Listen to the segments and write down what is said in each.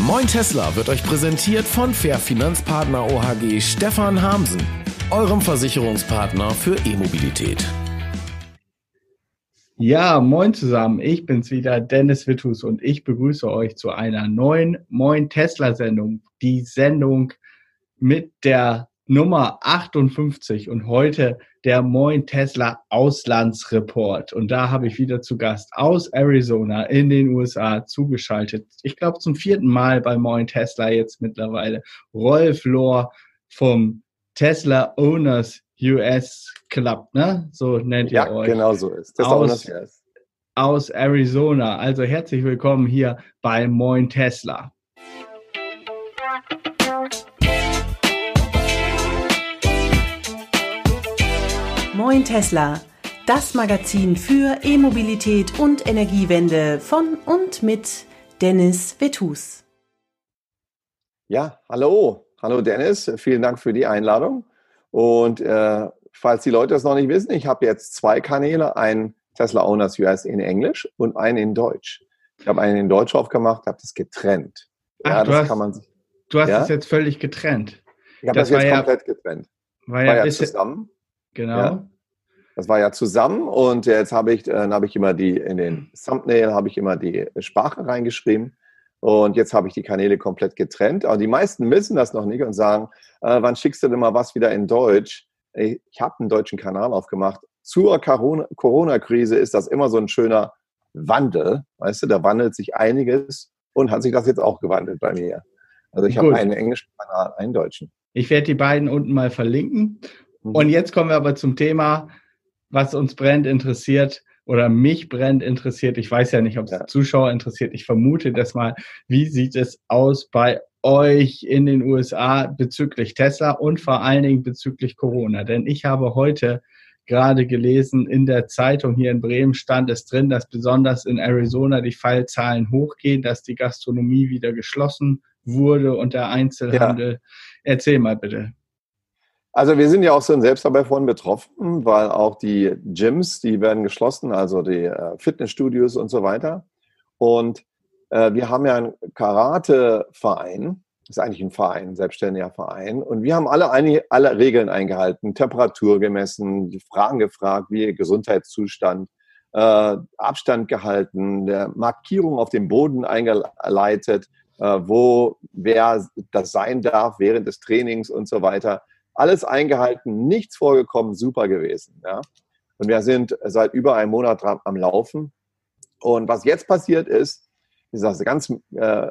Moin Tesla wird euch präsentiert von Fair Finanzpartner OHG Stefan Hamsen, eurem Versicherungspartner für E-Mobilität. Ja, moin zusammen, ich bin's wieder, Dennis Witthus, und ich begrüße euch zu einer neuen Moin Tesla-Sendung. Die Sendung mit der Nummer 58 und heute der Moin Tesla Auslandsreport. Und da habe ich wieder zu Gast aus Arizona in den USA zugeschaltet. Ich glaube zum 4. Mal bei Moin Tesla jetzt mittlerweile. Rolf Lohr vom Tesla Owners US Club, ne? So nennt ihr euch. Ja, genau so ist. Tesla Owners US. Aus Arizona. Also herzlich willkommen hier bei Moin Tesla. Moin Tesla, das Magazin für E-Mobilität und Energiewende von und mit Dennis Witthus. Ja, hallo. Hallo Dennis, vielen Dank für die Einladung. Und falls die Leute das noch nicht wissen, ich habe jetzt 2 Kanäle, einen Tesla Owners US in Englisch und einen in Deutsch. Ich habe einen in Deutsch aufgemacht, habe das getrennt. Ach, du hast es jetzt völlig getrennt. Ich habe das jetzt komplett getrennt. War ja zusammen. Genau. Ja. Das war ja zusammen und jetzt habe ich immer in den Thumbnail habe ich immer die Sprache reingeschrieben und jetzt habe ich die Kanäle komplett getrennt. Aber die meisten wissen das noch nicht und sagen, wann schickst du denn mal was wieder in Deutsch? Ich habe einen deutschen Kanal aufgemacht. Zur Corona-Krise ist das immer so ein schöner Wandel. Weißt du, da wandelt sich einiges und hat sich das jetzt auch gewandelt bei mir. Also ich habe einen englischen Kanal, einen deutschen. Ich werde die beiden unten mal verlinken. Und jetzt kommen wir aber zum Thema, was uns brennend interessiert oder mich brennend interessiert. Ich weiß ja nicht, ob es Zuschauer interessiert. Ich vermute das mal. Wie sieht es aus bei euch in den USA bezüglich Tesla und vor allen Dingen bezüglich Corona? Denn ich habe heute gerade gelesen, in der Zeitung hier in Bremen stand es drin, dass besonders in Arizona die Fallzahlen hochgehen, dass die Gastronomie wieder geschlossen wurde und der Einzelhandel. Ja. Erzähl mal bitte. Also wir sind ja auch so selbst dabei von betroffen, weil auch die Gyms, die werden geschlossen, also die Fitnessstudios und so weiter. Und wir haben ja einen Karate-Verein, das ist eigentlich ein Verein, ein selbstständiger Verein. Und wir haben alle Regeln eingehalten, Temperatur gemessen, die Fragen gefragt, wie Gesundheitszustand, Abstand gehalten, der Markierung auf dem Boden eingeleitet, wo wer das sein darf während des Trainings und so weiter. Alles eingehalten, nichts vorgekommen, super gewesen. Ja? Und wir sind seit über einem Monat am Laufen. Und was jetzt passiert ist, wir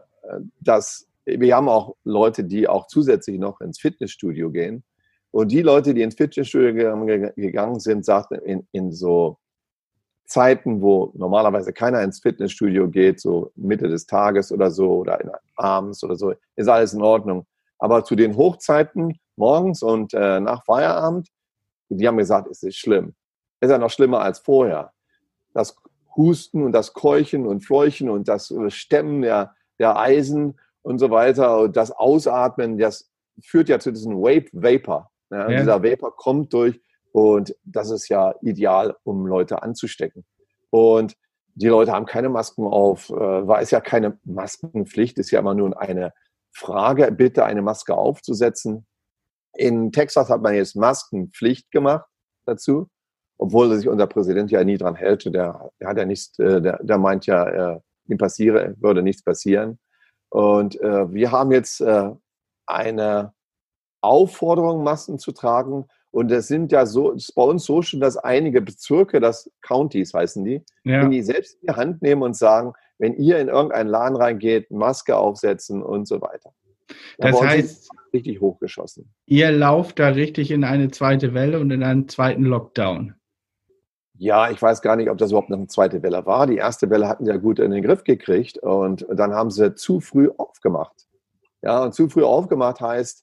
haben auch Leute, die auch zusätzlich noch ins Fitnessstudio gehen. Und die Leute, die ins Fitnessstudio gegangen sind, sagten in so Zeiten, wo normalerweise keiner ins Fitnessstudio geht, so Mitte des Tages oder so oder abends oder so, ist alles in Ordnung. Aber zu den Hochzeiten morgens und nach Feierabend, die haben gesagt, es ist schlimm. Es ist ja noch schlimmer als vorher. Das Husten und das Keuchen und Fleuchen und das Stemmen der Eisen und so weiter und das Ausatmen, das führt ja zu diesem Vapor. Ja? Ja. Dieser Vapor kommt durch und das ist ja ideal, um Leute anzustecken. Und die Leute haben keine Masken auf, weil es ja keine Maskenpflicht, ist ja immer nur eine Frage, bitte eine Maske aufzusetzen. In Texas hat man jetzt Maskenpflicht gemacht dazu, obwohl sich unser Präsident ja nie dran hält. Der hat ja nichts, der meint ja, ihm würde nichts passieren. Und wir haben jetzt eine Aufforderung, Masken zu tragen. Und es sind ja so, es ist bei uns so schon, dass einige Bezirke, das Counties heißen die selbst in die Hand nehmen und sagen, wenn ihr in irgendeinen Laden reingeht, Maske aufsetzen und so weiter. Das heißt, richtig hochgeschossen. Ihr lauft da richtig in eine zweite Welle und in einen zweiten Lockdown. Ja, ich weiß gar nicht, ob das überhaupt noch eine zweite Welle war. Die erste Welle hatten sie ja gut in den Griff gekriegt und dann haben sie zu früh aufgemacht. Ja, und zu früh aufgemacht heißt,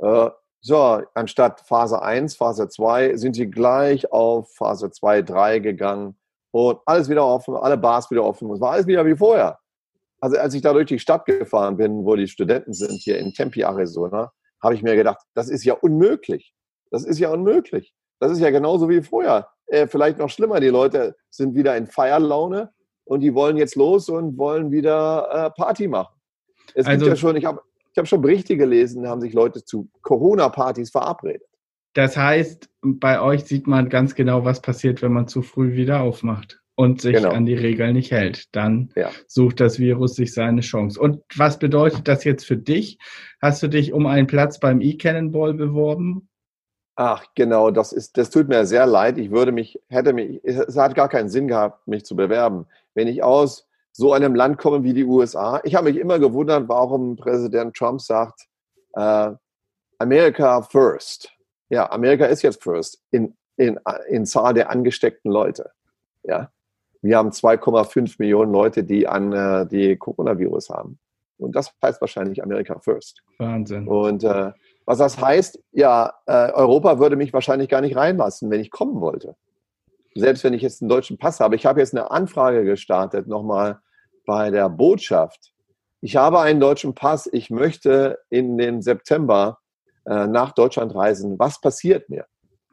anstatt Phase 1, Phase 2 sind sie gleich auf Phase 2, 3 gegangen und alles wieder offen, alle Bars wieder offen. Es war alles wieder wie vorher. Also als ich da durch die Stadt gefahren bin, wo die Studenten sind, hier in Tempe, Arizona, habe ich mir gedacht, das ist ja unmöglich. Das ist ja unmöglich. Das ist ja genauso wie vorher. Vielleicht noch schlimmer, die Leute sind wieder in Feierlaune und die wollen jetzt los und wollen wieder Party machen. Es gibt ja schon, ich hab schon Berichte gelesen, da haben sich Leute zu Corona-Partys verabredet. Das heißt, bei euch sieht man ganz genau, was passiert, wenn man zu früh wieder aufmacht und sich an die Regeln nicht hält. Dann sucht das Virus sich seine Chance. Und was bedeutet das jetzt für dich? Hast du dich um einen Platz beim E-Cannonball beworben? Ach, genau, das tut mir sehr leid. Es hat gar keinen Sinn gehabt, mich zu bewerben. Wenn ich aus so einem Land komme wie die USA, ich habe mich immer gewundert, warum Präsident Trump sagt, America first. Ja, Amerika ist jetzt first in Zahl der angesteckten Leute. Ja, wir haben 2,5 Millionen Leute, die Coronavirus haben. Und das heißt wahrscheinlich America first. Wahnsinn. Und was das heißt, Europa würde mich wahrscheinlich gar nicht reinlassen, wenn ich kommen wollte. Selbst wenn ich jetzt einen deutschen Pass habe. Ich habe jetzt eine Anfrage gestartet, nochmal bei der Botschaft. Ich habe einen deutschen Pass, ich möchte in den September nach Deutschland reisen. Was passiert mir?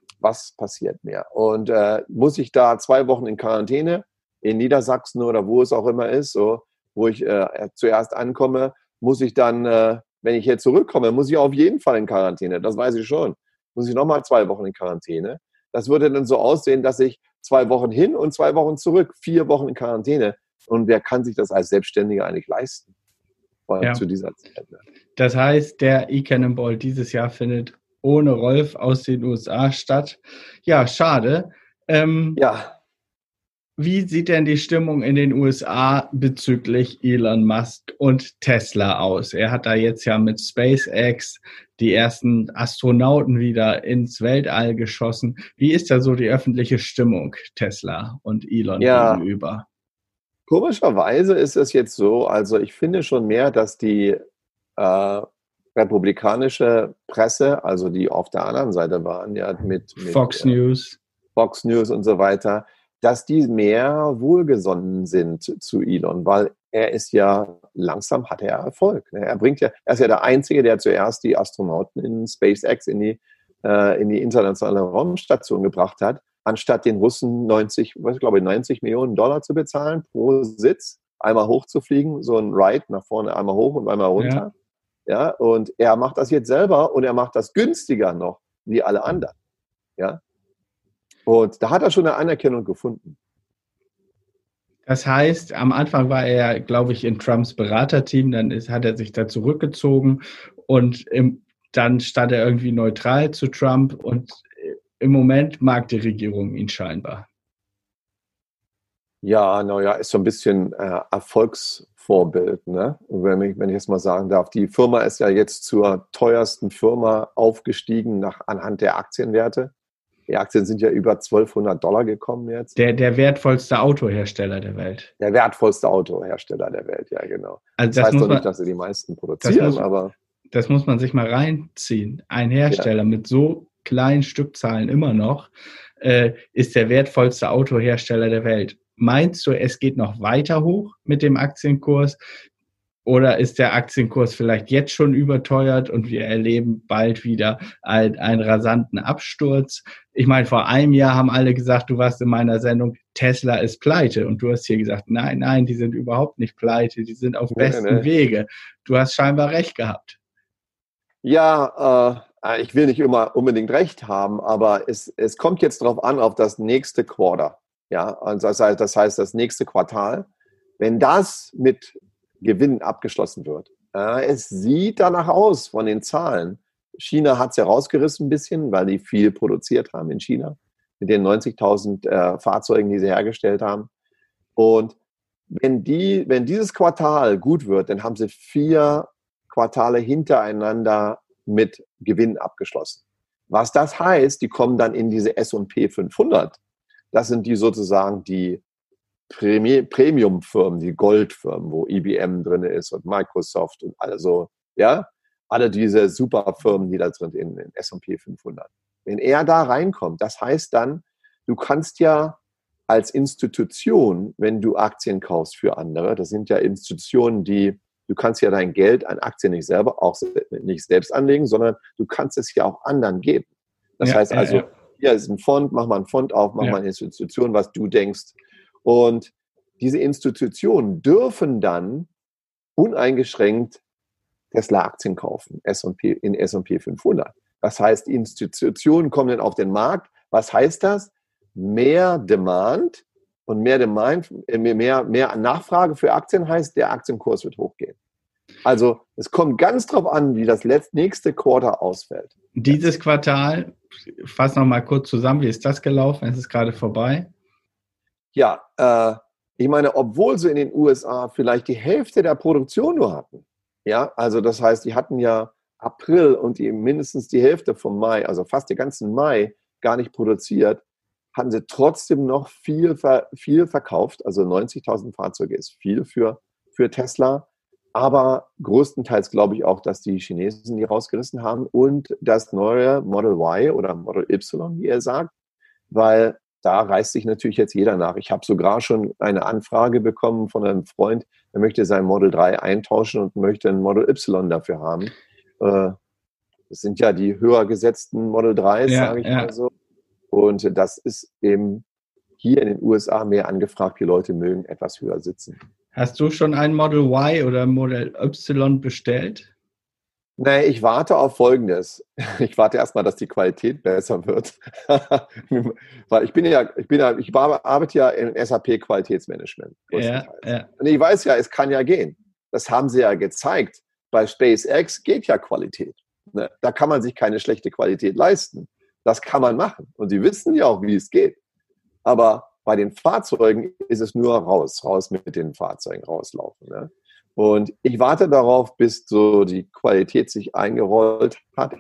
Und muss ich da 2 Wochen in Quarantäne in Niedersachsen oder wo es auch immer ist, so, wo ich zuerst ankomme, muss ich dann, wenn ich hier zurückkomme, muss ich auf jeden Fall in Quarantäne. Das weiß ich schon. Muss ich nochmal 2 Wochen in Quarantäne. Das würde dann so aussehen, dass ich 2 Wochen hin und 2 Wochen zurück, 4 Wochen in Quarantäne. Und wer kann sich das als Selbstständiger eigentlich leisten? Vor allem zu dieser Zeit. Das heißt, der E-Cannonball dieses Jahr findet ohne Rolf aus den USA statt. Ja, schade. Wie sieht denn die Stimmung in den USA bezüglich Elon Musk und Tesla aus? Er hat da jetzt ja mit SpaceX die ersten Astronauten wieder ins Weltall geschossen. Wie ist da so die öffentliche Stimmung Tesla und Elon gegenüber? Komischerweise ist es jetzt so, also ich finde schon mehr, dass die republikanische Presse, also die auf der anderen Seite waren, ja mit Fox News und so weiter, dass die mehr wohlgesonnen sind zu Elon, weil er ist ja langsam, hat er Erfolg. Er ist ja der Einzige, der zuerst die Astronauten in SpaceX in die internationale Raumstation gebracht hat, anstatt den Russen 90 Millionen $90 zu bezahlen pro Sitz, einmal hochzufliegen, so ein Ride nach vorne, einmal hoch und einmal runter. Ja, und er macht das jetzt selber und er macht das günstiger noch wie alle anderen. Ja. Und da hat er schon eine Anerkennung gefunden. Das heißt, am Anfang war er, glaube ich, in Trumps Beraterteam, dann hat er sich da zurückgezogen und dann stand er irgendwie neutral zu Trump und im Moment mag die Regierung ihn scheinbar. Ja, ist so ein bisschen Erfolgsvorbild, ne? Wenn ich jetzt mal sagen darf. Die Firma ist ja jetzt zur teuersten Firma aufgestiegen anhand der Aktienwerte. Die Aktien sind ja über $1.200 gekommen jetzt. Der wertvollste Autohersteller der Welt. Der wertvollste Autohersteller der Welt, ja genau. Also das heißt doch nicht, dass sie die meisten produzieren, aber... Das muss man sich mal reinziehen. Ein Hersteller mit so kleinen Stückzahlen immer noch ist der wertvollste Autohersteller der Welt. Meinst du, es geht noch weiter hoch mit dem Aktienkurs? Oder ist der Aktienkurs vielleicht jetzt schon überteuert und wir erleben bald wieder einen rasanten Absturz? Ich meine, vor einem Jahr haben alle gesagt, du warst in meiner Sendung, Tesla ist pleite. Und du hast hier gesagt, nein, die sind überhaupt nicht pleite, die sind auf besten Wege. Du hast scheinbar recht gehabt. Ja, ich will nicht immer unbedingt recht haben, aber es kommt jetzt darauf an, auf das nächste Quarter. Ja, also das heißt, das nächste Quartal. Wenn das mit Gewinn abgeschlossen wird. Es sieht danach aus von den Zahlen. China hat es ja rausgerissen ein bisschen, weil die viel produziert haben in China mit den 90.000 Fahrzeugen, die sie hergestellt haben. Und wenn dieses Quartal gut wird, dann haben sie 4 Quartale hintereinander mit Gewinn abgeschlossen. Was das heißt, die kommen dann in diese S&P 500. Das sind die sozusagen die Premium-Firmen, die Goldfirmen, wo IBM drin ist und Microsoft und alle diese Superfirmen, die da drin sind in den S&P 500. Wenn er da reinkommt, das heißt dann, du kannst ja als Institution, wenn du Aktien kaufst für andere, das sind ja Institutionen, du kannst ja dein Geld an Aktien nicht selbst anlegen, sondern du kannst es ja auch anderen geben. Das heißt also, hier ist ein Fonds, mach mal ein Fonds auf, mach mal eine Institution, was du denkst. Und diese Institutionen dürfen dann uneingeschränkt Tesla-Aktien kaufen, in S&P 500. Das heißt, die Institutionen kommen dann auf den Markt. Was heißt das? Mehr Demand und mehr Nachfrage für Aktien heißt, der Aktienkurs wird hochgehen. Also es kommt ganz drauf an, wie das nächste Quarter ausfällt. Dieses Quartal, fass noch mal kurz zusammen, wie ist das gelaufen? Es ist gerade vorbei. Ja, ich meine, obwohl sie in den USA vielleicht die Hälfte der Produktion nur hatten, ja, also das heißt, die hatten ja April und mindestens die Hälfte vom Mai, also fast den ganzen Mai gar nicht produziert, hatten sie trotzdem noch viel verkauft. Also 90.000 Fahrzeuge ist viel für Tesla. Aber größtenteils glaube ich auch, dass die Chinesen die rausgerissen haben und das neue Model Y oder Model Y, wie er sagt, weil da reißt sich natürlich jetzt jeder nach. Ich habe sogar schon eine Anfrage bekommen von einem Freund, der möchte sein Model 3 eintauschen und möchte ein Model Y dafür haben. Das sind ja die höher gesetzten Model 3s, sage ich mal so. Und das ist eben hier in den USA mehr angefragt. Die Leute mögen etwas höher sitzen. Hast du schon ein Model Y oder Model Y bestellt? Nee, ich warte auf Folgendes. Ich warte erstmal, dass die Qualität besser wird. Weil ich arbeite ja im SAP Qualitätsmanagement. Ja. Und ich weiß ja, es kann ja gehen. Das haben sie ja gezeigt. Bei SpaceX geht ja Qualität. Ne? Da kann man sich keine schlechte Qualität leisten. Das kann man machen. Und sie wissen ja auch, wie es geht. Aber bei den Fahrzeugen ist es nur raus mit den Fahrzeugen, rauslaufen. Ne? Und ich warte darauf, bis so die Qualität sich eingerollt hat.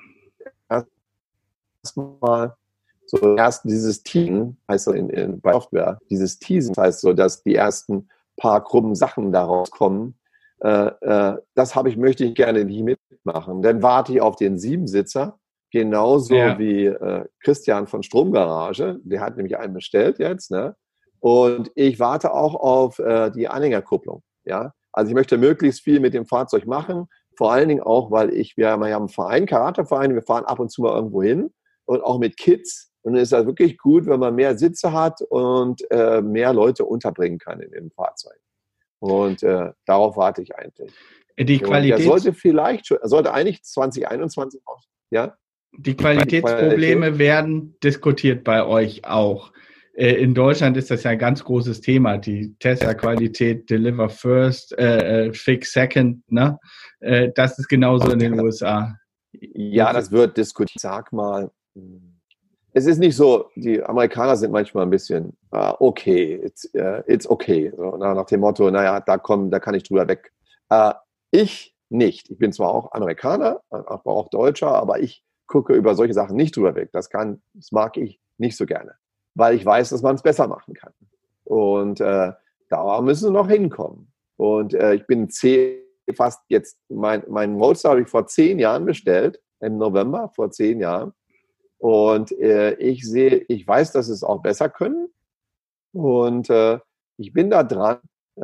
Erstmal dieses Teasen, heißt so bei Software, dieses Teasen heißt so, dass die ersten paar krummen Sachen daraus kommen. Das möchte ich gerne nicht mitmachen. Dann warte ich auf den 7-Sitzer, genauso wie Christian von Stromgarage. Der hat nämlich einen bestellt jetzt. Ne? Und ich warte auch auf die Anhängerkupplung. Ja? Also ich möchte möglichst viel mit dem Fahrzeug machen. Vor allen Dingen auch, weil wir haben einen Verein, Charakterverein. Wir fahren ab und zu mal irgendwo hin. Und auch mit Kids. Und es ist halt wirklich gut, wenn man mehr Sitze hat und mehr Leute unterbringen kann in dem Fahrzeug. Und darauf warte ich eigentlich. Die Qualität sollte eigentlich 2021 auch, ja? Die Qualitätsprobleme werden diskutiert bei euch auch. In Deutschland ist das ja ein ganz großes Thema. Die Tesla-Qualität, Deliver First, Fix Second, ne? Das ist genauso in den USA. Ja, das wird diskutiert. Sag mal, es ist nicht so, die Amerikaner sind manchmal ein bisschen, okay, it's okay. So, nach dem Motto, naja, da kann ich drüber weg. Ich nicht. Ich bin zwar auch Amerikaner, aber auch Deutscher, aber ich gucke über solche Sachen nicht drüber weg. Das mag ich nicht so gerne, weil ich weiß, dass man es besser machen kann. Und da müssen wir noch hinkommen. Und ich bin fast jetzt, mein Roadster habe ich vor 10 Jahren bestellt, im November, vor 10 Jahren. Und ich weiß, dass es auch besser können. Und ich bin da dran.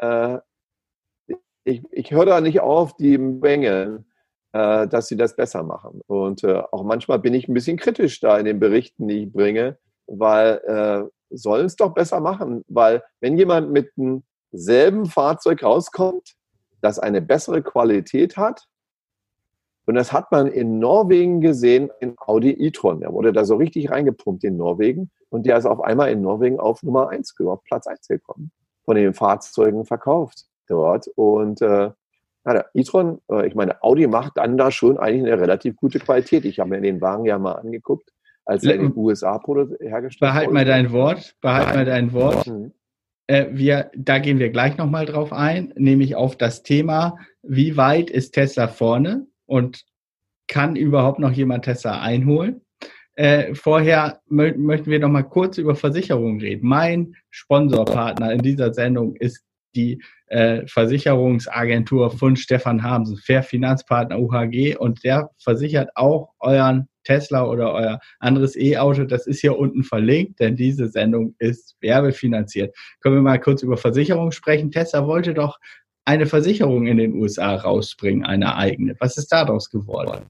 Ich höre da nicht auf, die Menge, dass sie das besser machen. Und auch manchmal bin ich ein bisschen kritisch da in den Berichten, die ich bringe, weil sollen es doch besser machen. Weil wenn jemand mit demselben Fahrzeug rauskommt, das eine bessere Qualität hat, und das hat man in Norwegen gesehen, in Audi e-tron. Der wurde da so richtig reingepumpt in Norwegen. Und der ist auf einmal in Norwegen auf Platz 1 gekommen. Von den Fahrzeugen verkauft dort. Und der e-tron, ich meine, Audi macht dann da schon eigentlich eine relativ gute Qualität. Ich habe mir den Wagen ja mal angeguckt, als er in den USA hergestellt wurde. Behalt mal dein Wort. Da gehen wir gleich nochmal drauf ein, nämlich auf das Thema, wie weit ist Tesla vorne? Und kann überhaupt noch jemand Tesla einholen? Vorher möchten wir noch mal kurz über Versicherungen reden. Mein Sponsorpartner in dieser Sendung ist die Versicherungsagentur von Stefan Hamsen, Fair Finanzpartner UHG, und der versichert auch euren Tesla oder euer anderes E-Auto. Das ist hier unten verlinkt, denn diese Sendung ist werbefinanziert. Können wir mal kurz über Versicherungen sprechen? Tesla wollte doch eine Versicherung in den USA rausbringen, eine eigene. Was ist daraus geworden?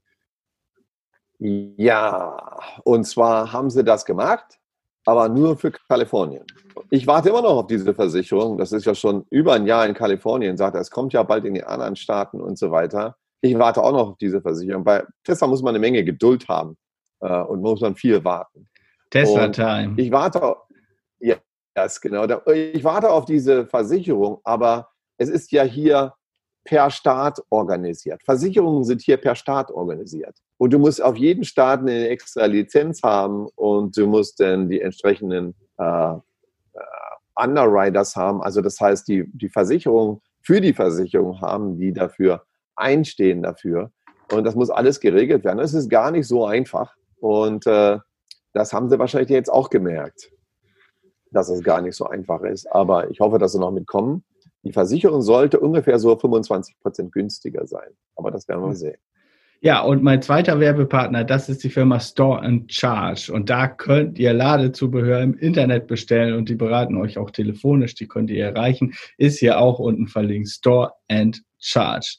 Ja, und zwar haben sie das gemacht, aber nur für Kalifornien. Ich warte immer noch auf diese Versicherung. Das ist ja schon über ein Jahr in Kalifornien. Sagt, es kommt ja bald in die anderen Staaten und so weiter. Ich warte auch noch auf diese Versicherung. Bei Tesla muss man eine Menge Geduld haben und muss man viel warten. Tesla-Time. Ich warte, ja, das genau. Ich warte auf diese Versicherung, aber es ist ja hier per Staat organisiert. Versicherungen sind hier per Staat organisiert. Und du musst auf jeden Staat eine extra Lizenz haben und du musst dann die entsprechenden Underwriters haben. Also das heißt, die Versicherung für die Versicherung haben, die dafür einstehen dafür. Und das muss alles geregelt werden. Das ist gar nicht so einfach. Und das haben sie wahrscheinlich jetzt auch gemerkt, dass es gar nicht so einfach ist. Aber ich hoffe, dass sie noch mitkommen. Die Versicherung sollte ungefähr so 25% günstiger sein. Aber das werden wir sehen. Ja, und mein zweiter Werbepartner, das ist die Firma Store and Charge. Und da könnt ihr Ladezubehör im Internet bestellen und die beraten euch auch telefonisch. Die könnt ihr erreichen. Ist hier auch unten verlinkt. Store and Charge.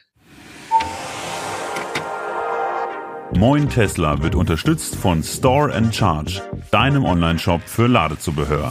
Moin Tesla wird unterstützt von Store and Charge, deinem Online-Shop für Ladezubehör.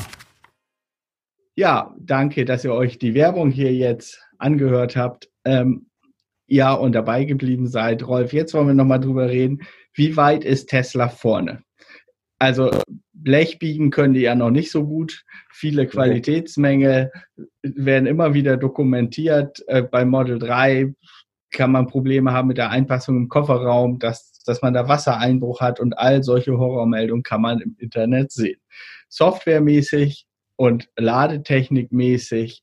Ja, danke, dass ihr euch die Werbung hier jetzt angehört habt. Ja, und dabei geblieben seid. Rolf, jetzt wollen wir nochmal drüber reden. Wie weit ist Tesla vorne? Also Blech biegen können die ja noch nicht so gut. Viele Qualitätsmängel werden immer wieder dokumentiert. Bei Model 3 kann man Probleme haben mit der Einpassung im Kofferraum, dass man da Wassereinbruch hat und all solche Horrormeldungen kann man im Internet sehen. Softwaremäßig und ladetechnikmäßig,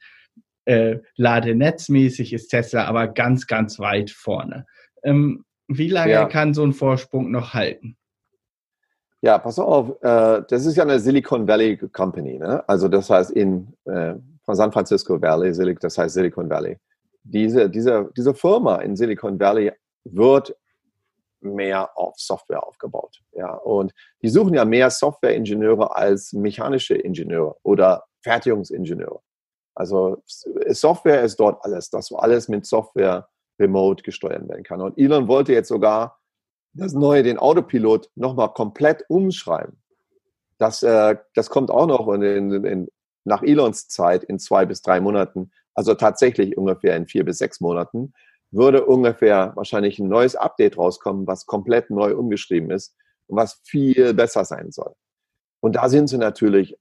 ladenetzmäßig ist Tesla aber ganz, ganz weit vorne. Wie lange kann so ein Vorsprung noch halten? Ja, pass auf, das ist ja eine Silicon Valley Company, ne? Also das heißt von San Francisco Valley, das heißt Silicon Valley. Diese Firma in Silicon Valley wird mehr auf Software aufgebaut. Ja, und die suchen ja mehr Software-Ingenieure als mechanische Ingenieure oder Fertigungsingenieure. Also Software ist dort alles, dass alles mit Software remote gesteuert werden kann. Und Elon wollte jetzt sogar den Autopilot nochmal komplett umschreiben. Das kommt auch noch nach Elons Zeit in 2 bis 3 Monaten, also tatsächlich ungefähr in 4 bis 6 Monaten, würde ungefähr wahrscheinlich ein neues Update rauskommen, was komplett neu umgeschrieben ist und was viel besser sein soll. Und da sind sie natürlich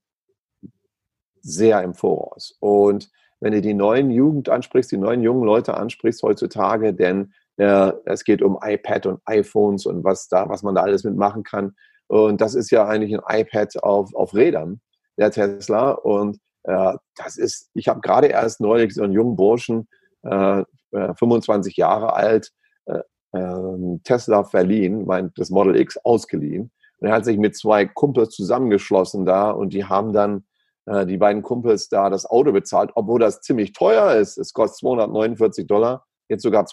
sehr im Voraus. Und wenn du die neuen Jugend ansprichst, die neuen jungen Leute ansprichst heutzutage, denn es geht um iPad und iPhones und was man da alles mitmachen kann. Und das ist ja eigentlich ein iPad auf Rädern, der Tesla. Und ich habe gerade erst neulich so einen jungen Burschen, 25 Jahre alt, Tesla verliehen, das Model X ausgeliehen. Und er hat sich mit 2 Kumpels zusammengeschlossen da und die haben dann die beiden Kumpels da das Auto bezahlt, obwohl das ziemlich teuer ist. Es kostet $249, jetzt sogar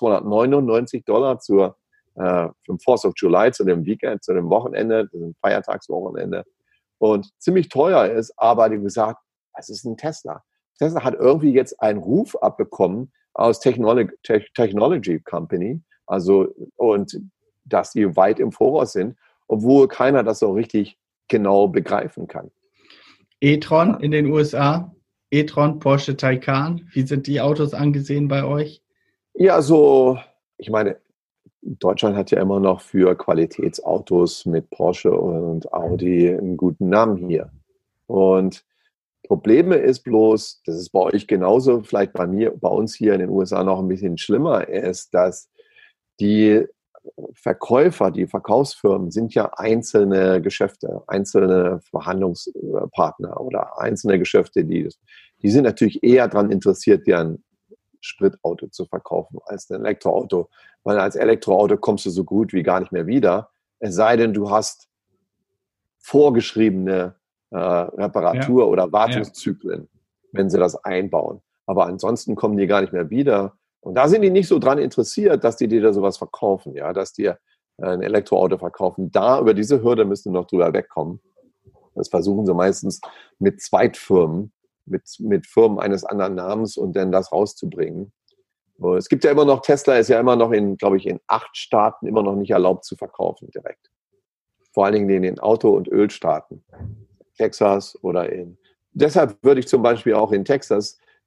$299 zum 4th of July, zu dem Weekend, zu dem Wochenende, zu dem Feiertagswochenende. Und ziemlich teuer ist, aber die haben gesagt, es ist ein Tesla. Tesla hat irgendwie jetzt einen Ruf abbekommen aus Technology Company, also, und dass die weit im Voraus sind, obwohl keiner das so richtig genau begreifen kann. e-tron in den USA, e-tron, Porsche Taycan, wie sind die Autos angesehen bei euch? Ja, so, ich meine, Deutschland hat ja immer noch für Qualitätsautos mit Porsche und Audi einen guten Namen hier. Und Probleme ist bloß, das ist bei euch genauso, vielleicht bei uns hier in den USA noch ein bisschen schlimmer ist, dass die Verkäufer, die Verkaufsfirmen sind ja einzelne Geschäfte, einzelne Verhandlungspartner oder einzelne Geschäfte, die sind natürlich eher daran interessiert, dir ein Spritauto zu verkaufen als ein Elektroauto. Weil als Elektroauto kommst du so gut wie gar nicht mehr wieder, es sei denn, du hast vorgeschriebene Reparatur- oder Wartungszyklen, wenn sie das einbauen. Aber ansonsten kommen die gar nicht mehr wieder. Und da sind die nicht so dran interessiert, dass die dir da sowas verkaufen, ja, dass die ein Elektroauto verkaufen. Da über diese Hürde müssen wir noch drüber wegkommen. Das versuchen sie meistens mit Zweitfirmen, mit Firmen eines anderen Namens und dann das rauszubringen. Es gibt ja immer noch, Tesla ist ja immer noch in 8 Staaten immer noch nicht erlaubt zu verkaufen direkt. Vor allen Dingen in den Auto- und Ölstaaten. Texas oder deshalb würde ich zum Beispiel auch in Texas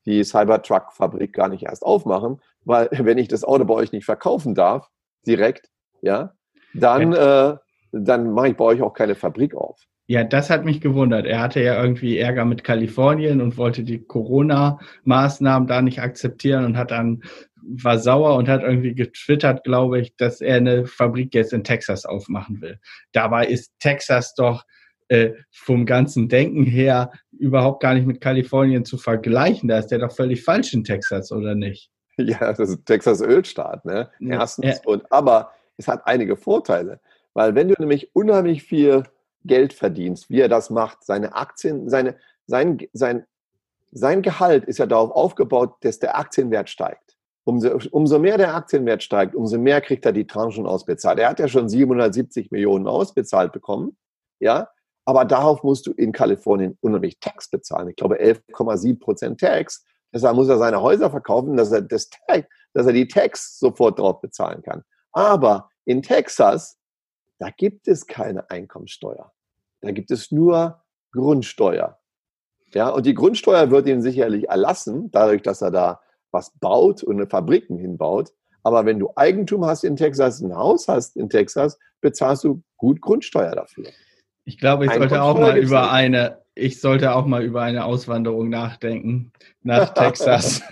die Cybertruck-Fabrik gar nicht erst aufmachen, weil wenn ich das Auto bei euch nicht verkaufen darf, direkt, ja, dann mache ich bei euch auch keine Fabrik auf. Ja, das hat mich gewundert. Er hatte ja irgendwie Ärger mit Kalifornien und wollte die Corona-Maßnahmen da nicht akzeptieren und war sauer und hat irgendwie getwittert, glaube ich, dass er eine Fabrik jetzt in Texas aufmachen will. Dabei ist Texas doch vom ganzen Denken her überhaupt gar nicht mit Kalifornien zu vergleichen. Da ist der doch völlig falsch in Texas, oder nicht? Ja, das ist Texas Ölstaat, ne? Erstens. Aber es hat einige Vorteile. Weil wenn du nämlich unheimlich viel Geld verdienst, wie er das macht, seine Aktien, sein Gehalt ist ja darauf aufgebaut, dass der Aktienwert steigt. Umso mehr der Aktienwert steigt, umso mehr kriegt er die Tranchen ausbezahlt. Er hat ja schon 770 Millionen ausbezahlt bekommen, ja, aber darauf musst du in Kalifornien unheimlich Tax bezahlen. Ich glaube 11,7% Tax. Deshalb muss er seine Häuser verkaufen, dass er die Tax sofort drauf bezahlen kann. Aber in Texas, da gibt es keine Einkommensteuer. Da gibt es nur Grundsteuer. Ja, und die Grundsteuer wird ihm sicherlich erlassen, dadurch, dass er da was baut und eine Fabriken hinbaut. Aber wenn du Eigentum hast in Texas, ein Haus hast in Texas, bezahlst du gut Grundsteuer dafür. Ich glaube, ich sollte auch mal über eine Auswanderung nachdenken nach Texas.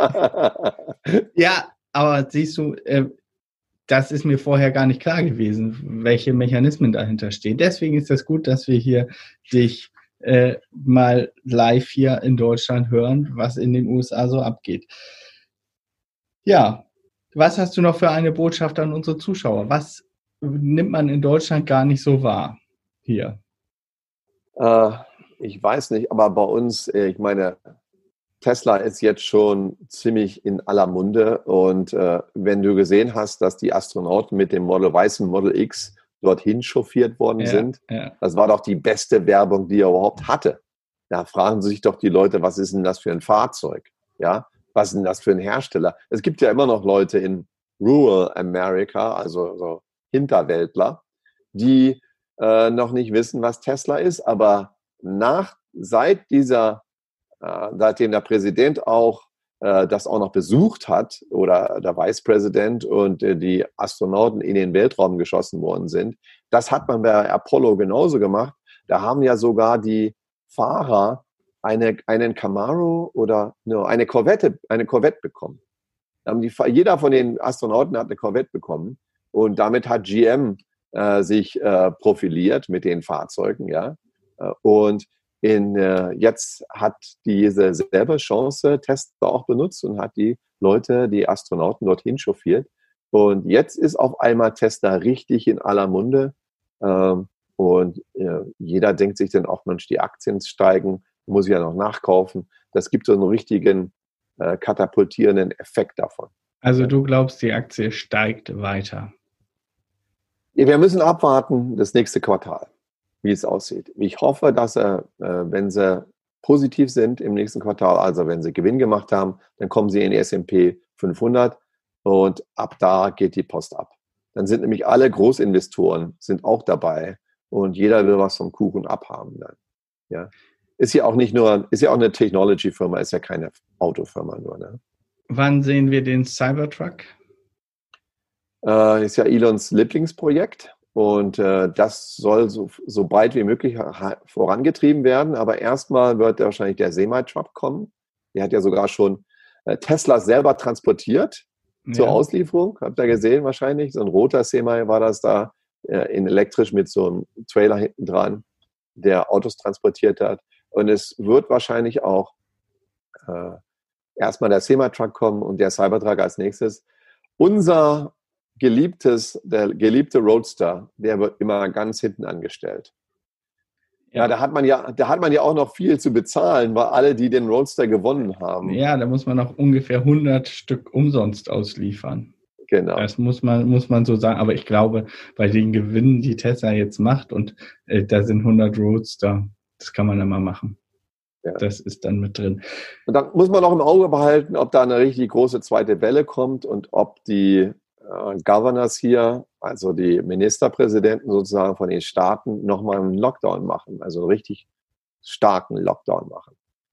Ja, aber siehst du, das ist mir vorher gar nicht klar gewesen, welche Mechanismen dahinter stehen. Deswegen ist das gut, dass wir hier dich mal live hier in Deutschland hören, was in den USA so abgeht. Ja, was hast du noch für eine Botschaft an unsere Zuschauer? Was nimmt man in Deutschland gar nicht so wahr hier? Ich weiß nicht, aber bei uns, ich meine, Tesla ist jetzt schon ziemlich in aller Munde und wenn du gesehen hast, dass die Astronauten mit dem weißen Model X dorthin chauffiert worden sind, das war doch die beste Werbung, die er überhaupt hatte. Da fragen sich doch die Leute, was ist denn das für ein Fahrzeug? Ja, was ist denn das für ein Hersteller? Es gibt ja immer noch Leute in Rural America, also so Hinterwäldler, die noch nicht wissen, was Tesla ist, aber seitdem der Präsident auch das auch noch besucht hat oder der Vice President und die Astronauten in den Weltraum geschossen worden sind, das hat man bei Apollo genauso gemacht. Da haben ja sogar die Fahrer einen Camaro oder eine Corvette bekommen. Jeder von den Astronauten hat eine Corvette bekommen und damit hat GM sich profiliert mit den Fahrzeugen, ja. Und jetzt hat diese selbe Chance Tesla auch benutzt und hat die Leute, die Astronauten dorthin chauffiert. Und jetzt ist auf einmal Tesla richtig in aller Munde. Und jeder denkt sich dann auch, Mensch, die Aktien steigen, muss ich ja noch nachkaufen. Das gibt so einen richtigen katapultierenden Effekt davon. Also du glaubst, die Aktie steigt weiter? Ja, wir müssen abwarten, das nächste Quartal, wie es aussieht. Ich hoffe, dass wenn sie positiv sind im nächsten Quartal, also wenn sie Gewinn gemacht haben, dann kommen sie in die S&P 500 und ab da geht die Post ab. Dann sind nämlich alle Großinvestoren sind auch dabei und jeder will was vom Kuchen abhaben dann. Ja. Ist ja auch eine Technology-Firma, ist ja keine Autofirma nur. Ne? Wann sehen wir den Cybertruck? Ist ja Elons Lieblingsprojekt. Und das soll so bald wie möglich vorangetrieben werden. Aber erstmal wird wahrscheinlich der Semi-Truck kommen. Der hat ja sogar schon Tesla selber transportiert zur Auslieferung. Habt ihr gesehen wahrscheinlich? So ein roter Semi war das da, in elektrisch mit so einem Trailer hinten dran, der Autos transportiert hat. Und es wird wahrscheinlich auch erstmal der Semi-Truck kommen und der Cybertruck als nächstes. Der geliebte Roadster, der wird immer ganz hinten angestellt. Ja, da hat man ja auch noch viel zu bezahlen, weil alle, die den Roadster gewonnen haben. Ja, da muss man noch ungefähr 100 Stück umsonst ausliefern. Genau. Das muss man so sagen. Aber ich glaube, bei den Gewinnen, die Tesla jetzt macht, und da sind 100 Roadster, das kann man immer machen. Ja. Das ist dann mit drin. Und dann muss man auch im Auge behalten, ob da eine richtig große zweite Welle kommt und ob die Governors hier, also die Ministerpräsidenten sozusagen von den Staaten, nochmal einen Lockdown machen, also einen richtig starken Lockdown machen.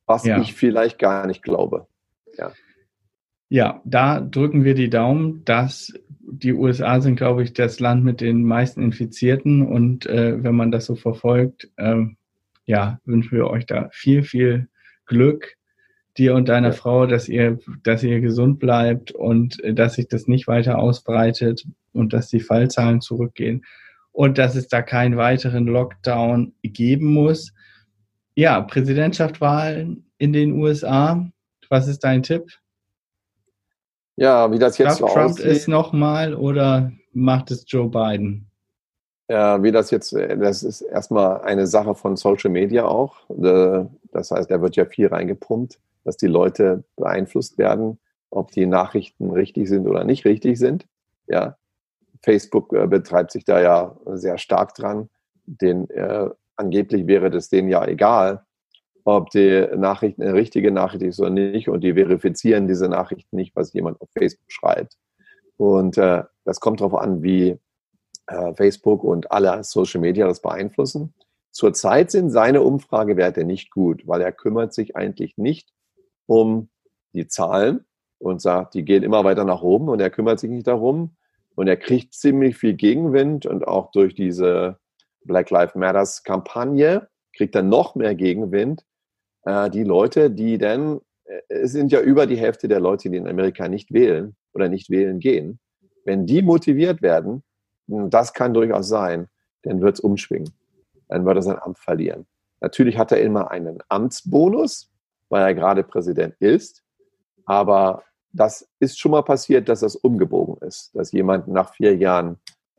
was ich vielleicht gar nicht glaube. Ja. Ja, da drücken wir die Daumen, dass die USA sind, glaube ich, das Land mit den meisten Infizierten und wenn man das so verfolgt, wünschen wir euch da viel, viel Glück, dir und deiner Frau, dass ihr gesund bleibt und dass sich das nicht weiter ausbreitet und dass die Fallzahlen zurückgehen und dass es da keinen weiteren Lockdown geben muss. Ja, Präsidentschaftswahlen in den USA, was ist dein Tipp? Ja, wie das jetzt Trump aussieht. Es nochmal oder macht es Joe Biden? Ja, das ist erstmal eine Sache von Social Media auch. Das heißt, da wird ja viel reingepumpt, dass die Leute beeinflusst werden, ob die Nachrichten richtig sind oder nicht richtig sind. Ja, Facebook betreibt sich da ja sehr stark dran. Angeblich wäre das denen ja egal, ob die Nachricht eine richtige Nachricht ist oder nicht. Und die verifizieren diese Nachrichten nicht, was jemand auf Facebook schreibt. Und das kommt darauf an, wie Facebook und alle Social Media das beeinflussen. Zurzeit sind seine Umfragewerte nicht gut, weil er kümmert sich eigentlich nicht um die Zahlen und sagt, die gehen immer weiter nach oben und er kümmert sich nicht darum. Und er kriegt ziemlich viel Gegenwind und auch durch diese Black Lives Matters Kampagne kriegt er noch mehr Gegenwind. Die Leute, es sind ja über die Hälfte der Leute, die in Amerika nicht wählen oder nicht wählen gehen. Wenn die motiviert werden, das kann durchaus sein, dann wird es umschwingen. Dann wird er sein Amt verlieren. Natürlich hat er immer einen Amtsbonus, weil er gerade Präsident ist. Aber das ist schon mal passiert, dass das umgebogen ist, dass jemand nach 4 Jahren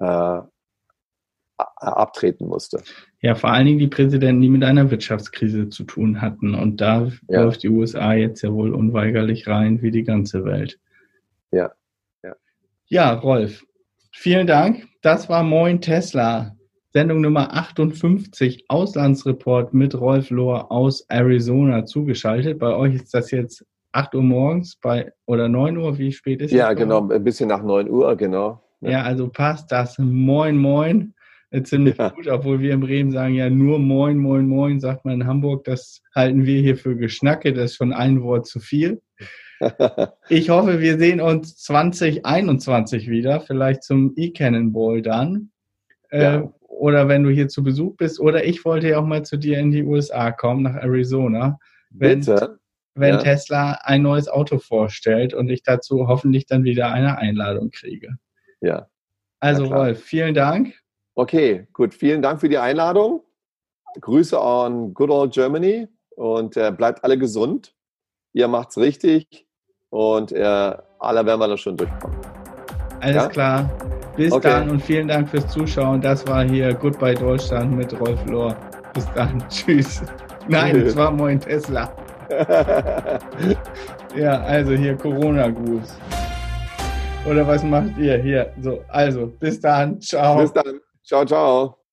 abtreten musste. Ja, vor allen Dingen die Präsidenten, die mit einer Wirtschaftskrise zu tun hatten. Und da läuft die USA jetzt ja wohl unweigerlich rein, wie die ganze Welt. Ja. Ja, Rolf, vielen Dank. Das war Moin Tesla, Sendung Nummer 58, Auslandsreport mit Rolf Lohr aus Arizona zugeschaltet. Bei euch ist das jetzt 8 Uhr morgens oder 9 Uhr, wie spät ist es? Ja, genau, ein bisschen nach 9 Uhr, genau. Ja, also passt das. Moin, moin. Ziemlich gut, obwohl wir in Bremen sagen ja nur Moin, Moin, Moin, sagt man in Hamburg. Das halten wir hier für Geschnacke, das ist schon ein Wort zu viel. Ich hoffe, wir sehen uns 2021 wieder, vielleicht zum E-Cannonball dann. Oder wenn du hier zu Besuch bist. Oder ich wollte ja auch mal zu dir in die USA kommen, nach Arizona. Wenn Tesla ein neues Auto vorstellt und ich dazu hoffentlich dann wieder eine Einladung kriege. Ja. Also Rolf, vielen Dank. Okay, gut. Vielen Dank für die Einladung. Grüße an Good Old Germany und bleibt alle gesund. Ihr macht's richtig und alle werden wir da schon durchkommen. Alles klar. Bis dann und vielen Dank fürs Zuschauen. Das war hier Goodbye Deutschland mit Rolf Lohr. Bis dann. Tschüss. Nein, es war Moin Tesla. Ja, also hier Corona-Gruß. Oder was macht ihr hier? So, also, bis dann. Ciao. Bis dann. Ciao, ciao.